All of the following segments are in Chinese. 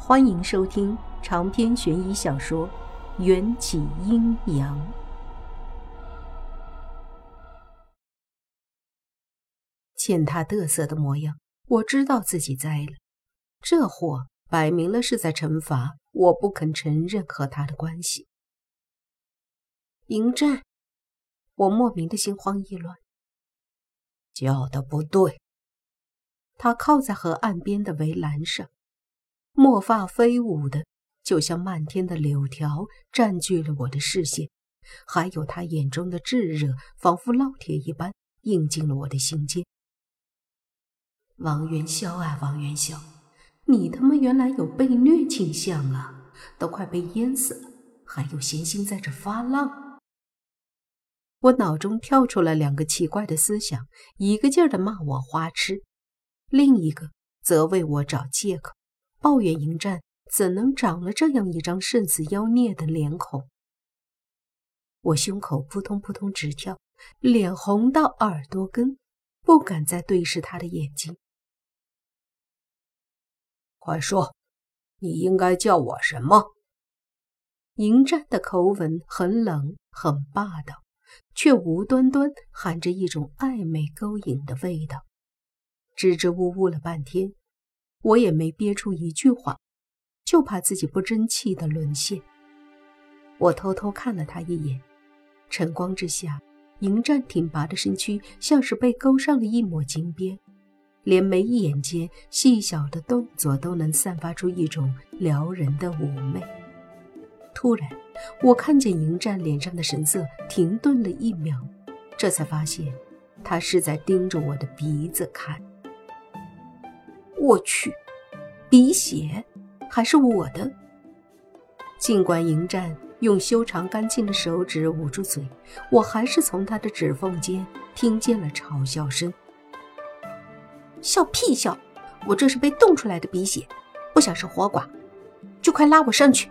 欢迎收听长篇悬疑小说《缘起阴阳》。见他得瑟的模样，我知道自己栽了。这货摆明了是在惩罚我不肯承认和他的关系。迎战，我莫名的心慌意乱。叫的不对。他靠在河岸边的围栏上，墨发飞舞的，就像漫天的柳条，占据了我的视线。还有他眼中的炙热，仿佛烙铁一般，映进了我的心间。王元宵啊，王元宵，你他妈原来有被虐倾向啊，都快被淹死了，还有闲心在这发浪。我脑中跳出了两个奇怪的思想，一个劲儿地骂我花痴，另一个则为我找借口，抱怨迎战怎能长了这样一张甚似妖孽的脸孔。我胸口扑通扑通直跳，脸红到耳朵根，不敢再对视他的眼睛。快说，你应该叫我什么？迎战的口吻很冷很霸道，却无端端含着一种暧昧勾引的味道。支支吾吾了半天，我也没憋出一句话，就怕自己不争气的沦陷。我偷偷看了他一眼，晨光之下，迎战挺拔的身躯像是被勾上了一抹金边，连眉眼间细小的动作都能散发出一种撩人的妩媚。突然，我看见迎战脸上的神色停顿了一秒，这才发现他是在盯着我的鼻子看。我去，鼻血还是我的。尽管迎战用修长干净的手指捂住嘴，我还是从他的指缝间听见了嘲笑声。笑屁笑，我这是被冻出来的鼻血，不想是活寡就快拉我上去。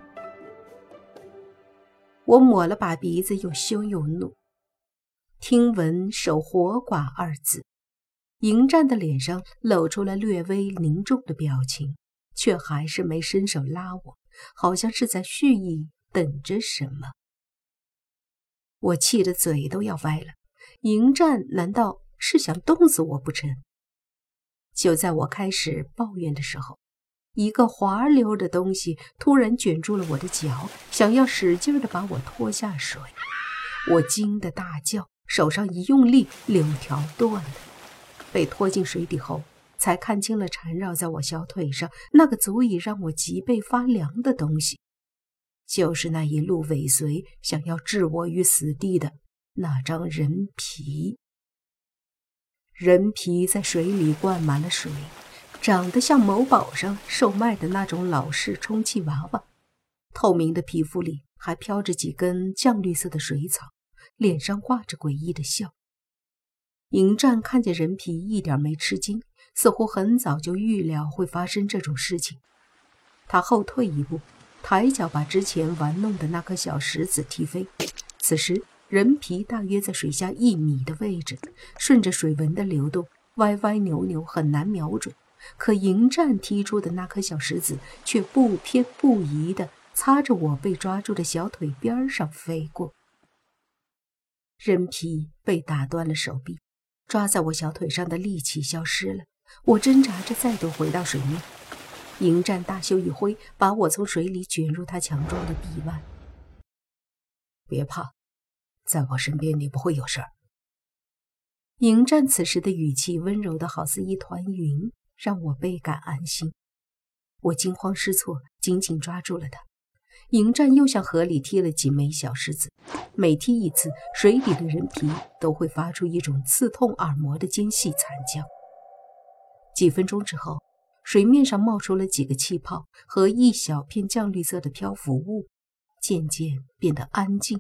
我抹了把鼻子，又羞又怒。听闻守活寡二字，迎战的脸上露出了略微凝重的表情，却还是没伸手拉我，好像是在蓄意等着什么。我气得嘴都要歪了，迎战难道是想冻死我不成？就在我开始抱怨的时候，一个滑溜的东西突然卷住了我的脚，想要使劲地把我拖下水。我惊得大叫，手上一用力，柳条断了。被拖进水底后，才看清了缠绕在我小腿上那个足以让我脊背发凉的东西，就是那一路尾随想要置我于死地的那张人皮。人皮在水里灌满了水，长得像某宝上售卖的那种老式充气娃娃，透明的皮肤里还飘着几根酱绿色的水草，脸上挂着诡异的笑。迎战看见人皮一点没吃惊，似乎很早就预料会发生这种事情。他后退一步，抬脚把之前玩弄的那颗小石子踢飞。此时人皮大约在水下1米的位置，顺着水纹的流动，歪歪扭扭，很难瞄准。可迎战踢出的那颗小石子却不偏不倚地擦着我被抓住的小腿边上飞过。人皮被打断了手臂，抓在我小腿上的力气消失了，我挣扎着再度回到水面。迎战大袖一挥，把我从水里卷入他强壮的臂弯。别怕，在我身边你不会有事儿。迎战此时的语气温柔的好似一团云，让我倍感安心。我惊慌失措，紧紧抓住了他。迎战又向河里踢了几枚小石子，每踢一次，水底的人皮都会发出一种刺痛耳膜的尖细惨叫。几分钟之后，水面上冒出了几个气泡和一小片酱绿色的漂浮物，渐渐变得安静。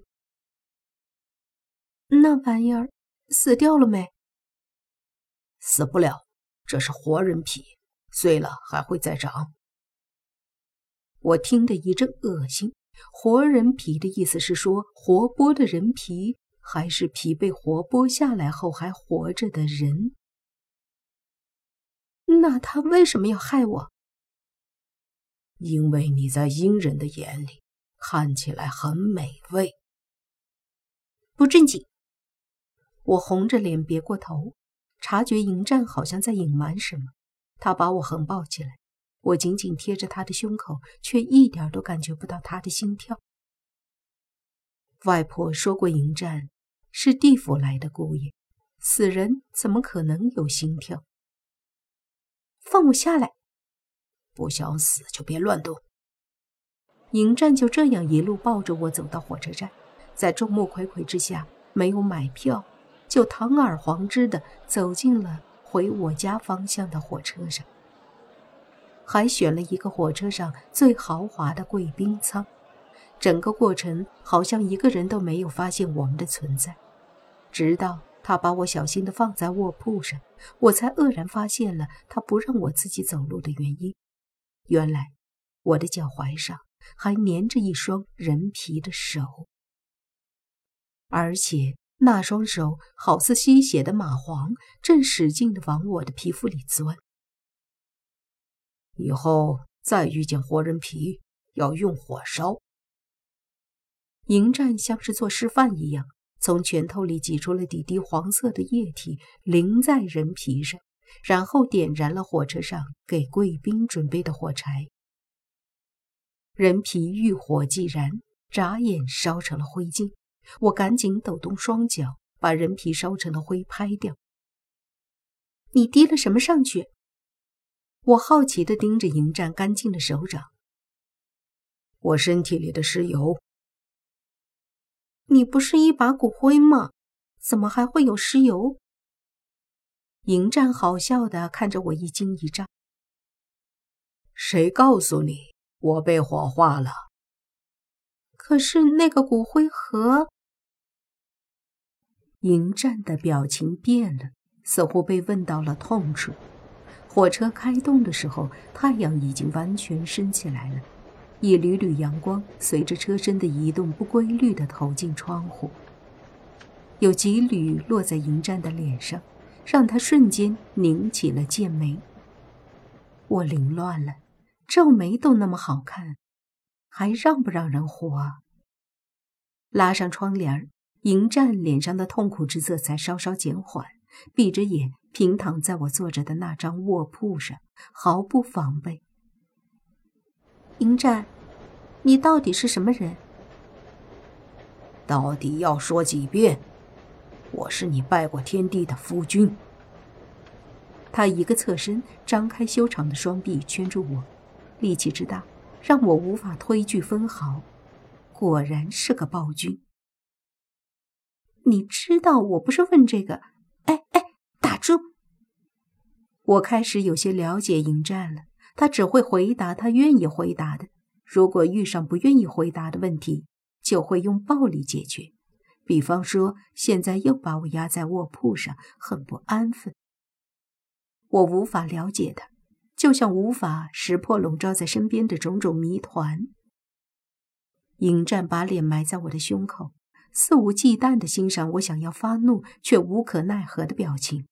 那玩意儿死掉了没？死不了，这是活人皮，碎了还会再长。我听得一阵恶心，活人皮的意思是说活剥的人皮，还是皮被活剥下来后还活着的人？那他为什么要害我？ 因为你在殷人的眼里看起来很美味。 不正经！我红着脸别过头，察觉迎战好像在隐瞒什么，他把我横抱起来，我紧紧贴着他的胸口，却一点都感觉不到他的心跳。外婆说过，迎战是地府来的姑爷，死人怎么可能有心跳？放我下来！ 不想死就别乱动。 迎战就这样一路抱着我走到火车站，在众目睽睽之下，没有买票，就堂而皇之地走进了回我家方向的火车上，还选了一个火车上最豪华的贵宾舱。整个过程好像一个人都没有发现我们的存在，直到他把我小心地放在卧铺上，我才愕然发现了他不让我自己走路的原因。原来我的脚踝上还粘着一双人皮的手，而且那双手好似吸血的蚂蟥，正使劲地往我的皮肤里钻。 以后再遇见活人皮，要用火烧。 迎战像是做示范一样，从拳头里挤出了滴滴黄色的液体，淋在人皮上，然后点燃了火车上给贵宾准备的火柴。人皮遇火即燃，眨眼烧成了灰烬。我赶紧抖动双脚，把人皮烧成的灰拍掉。你滴了什么上去？我好奇地盯着迎战干净的手掌。 我身体里的尸油。 你不是一把骨灰吗？怎么还会有尸油？迎战好笑地看着我一惊一乍。 谁告诉你我被火化了？ 可是那个骨灰盒……迎战的表情变了，似乎被问到了痛处。火车开动的时候，太阳已经完全升起来了，一缕缕阳光随着车身的移动不规律地投进窗户，有几缕落在迎战的脸上，让他瞬间拧起了剑眉。我凌乱了，皱眉都那么好看，还让不让人活啊？拉上窗帘，迎战脸上的痛苦之色才稍稍减缓，闭着眼平躺在我坐着的那张卧铺上，毫不防备。迎战，你到底是什么人？ 到底要说几遍？我是你拜过天地的夫君。 他一个侧身，张开修长的双臂圈住我，力气之大，让我无法推拒分毫。果然是个暴君。你知道我不是问这个。打住！我开始有些了解迎战了，他只会回答他愿意回答的，如果遇上不愿意回答的问题，就会用暴力解决。比方说，现在又把我压在卧铺上，很不安分。我无法了解他，就像无法识破笼罩在身边的种种谜团。迎战把脸埋在我的胸口，肆无忌惮地欣赏我想要发怒却无可奈何的表情。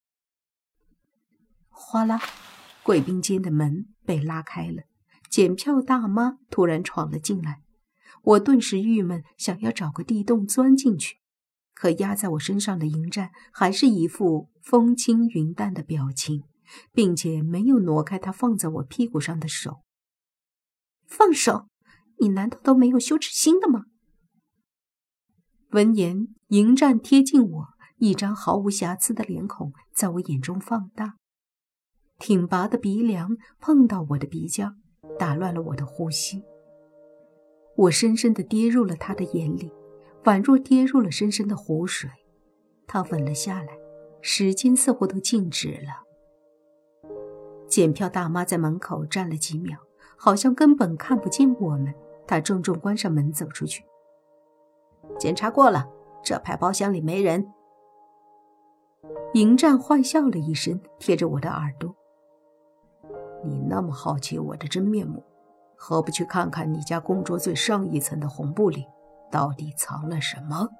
哗啦，贵宾间的门被拉开了，检票大妈突然闯了进来。我顿时郁闷，想要找个地洞钻进去，可压在我身上的迎战还是一副风轻云淡的表情，并且没有挪开他放在我屁股上的手。放手！你难道都没有羞耻心的吗？闻言，迎战贴近我，一张毫无瑕疵的脸孔在我眼中放大，挺拔的鼻梁碰到我的鼻尖，打乱了我的呼吸。我深深地跌入了他的眼里，宛若跌入了深深的湖水。他稳了下来，时间似乎都静止了。检票大妈在门口站了几秒，好像根本看不见我们。她重重关上门走出去。检查过了，这排包厢里没人。迎战坏笑了一声，贴着我的耳朵。你那么好奇我的真面目，何不去看看你家供桌最上一层的红布里到底藏了什么？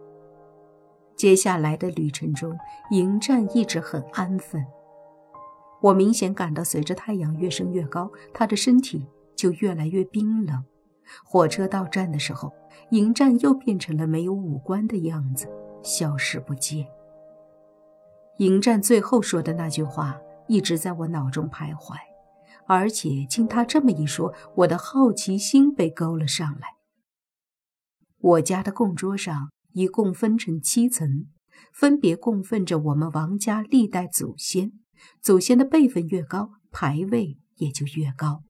接下来的旅程中，迎战一直很安分。 我明显感到随着太阳越升越高，他的身体就越来越冰冷。火车到站的时候，迎战又变成了没有五官的样子，消失不见。迎战最后说的那句话一直在我脑中徘徊，而且经他这么一说，我的好奇心被勾了上来。我家的供桌上一共分成7层，分别供奉着我们王家历代祖先，祖先的辈分越高，牌位也就越高。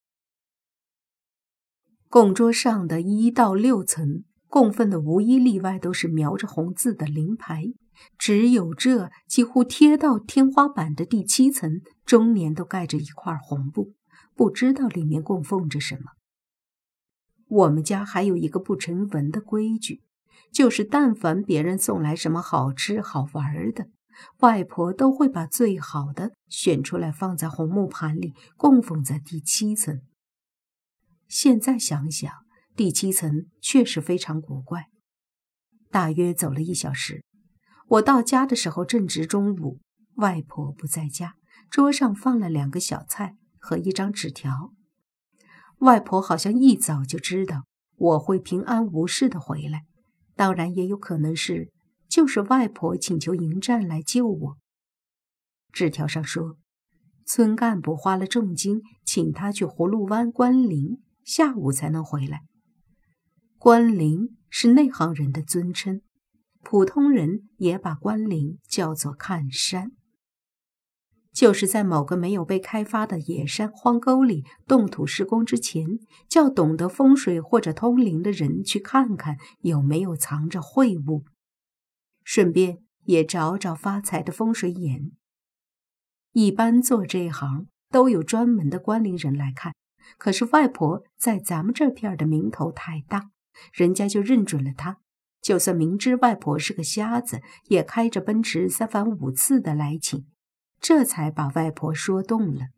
供桌上的1到6层供奉的无一例外都是描着红字的灵牌，只有这几乎贴到天花板的第7层，终年都盖着一块红布，不知道里面供奉着什么。我们家还有一个不成文的规矩，就是但凡别人送来什么好吃好玩的，外婆都会把最好的选出来放在红木盘里，供奉在第7层。现在想想，第7层确实非常古怪。大约走了1小时，我到家的时候正值中午，外婆不在家，桌上放了2个小菜和一张纸条。外婆好像一早就知道我会平安无事的回来，当然也有可能就是外婆请求迎战来救我。纸条上说，村干部花了重金请他去葫芦湾关林，下午才能回来。关林是内行人的尊称，普通人也把关林叫做看山。就是在某个没有被开发的野山荒沟里动土施工之前，叫懂得风水或者通灵的人去看看有没有藏着秽物，顺便也找找发财的风水眼。一般做这一行都有专门的关灵人来看，可是外婆在咱们这片的名头太大，人家就认准了她，就算明知外婆是个瞎子，也开着奔驰3番5次的来请，这才把外婆说动了。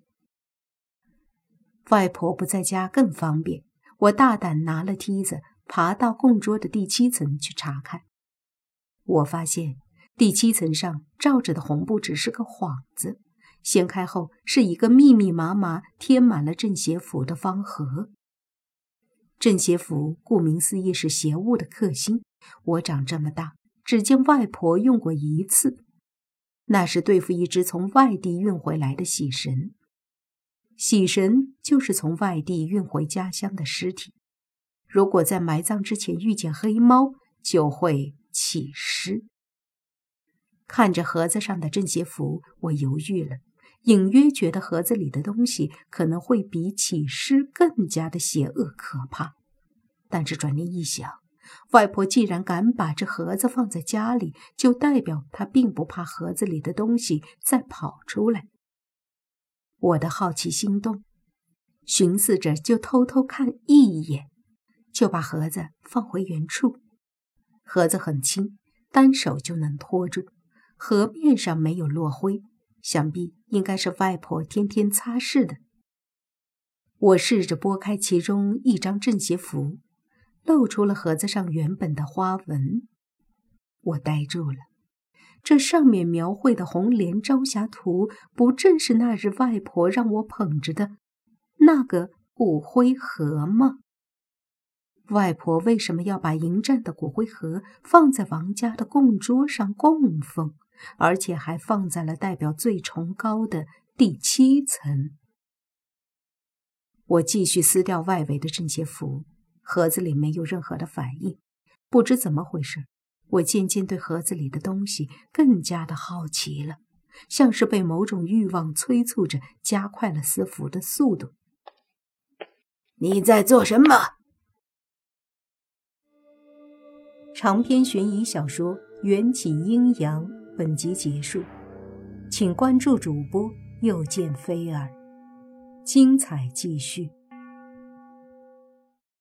外婆不在家更方便，我大胆拿了梯子爬到供桌的第7层去查看。我发现第7层上罩着的红布只是个幌子，掀开后是一个密密麻麻贴满了正邪符的方盒。正邪符顾名思义是邪物的克星，我长这么大只见外婆用过1次，那是对付一只从外地运回来的喜神。喜神就是从外地运回家乡的尸体，如果在埋葬之前遇见黑猫，就会起尸。看着盒子上的正邪符，我犹豫了，隐约觉得盒子里的东西可能会比起尸更加的邪恶可怕。但是转念一想，外婆既然敢把这盒子放在家里，就代表她并不怕盒子里的东西再跑出来。我的好奇心动，寻思着就偷偷看一眼，就把盒子放回原处。盒子很轻，单手就能托住，盒面上没有落灰，想必应该是外婆天天擦拭的。我试着拨开其中一张正邪符，露出了盒子上原本的花纹。我呆住了，这上面描绘的红莲朝霞图，不正是那日外婆让我捧着的那个骨灰盒吗？外婆为什么要把迎战的骨灰盒放在王家的供桌上供奉，而且还放在了代表最崇高的第7层？我继续撕掉外围的正邪符，盒子里没有任何的反应。不知怎么回事，我渐渐对盒子里的东西更加的好奇了，像是被某种欲望催促着，加快了撕符的速度。 你在做什么？ 长篇悬疑小说《缘起阴阳》本集结束，请关注主播又见菲儿，精彩继续。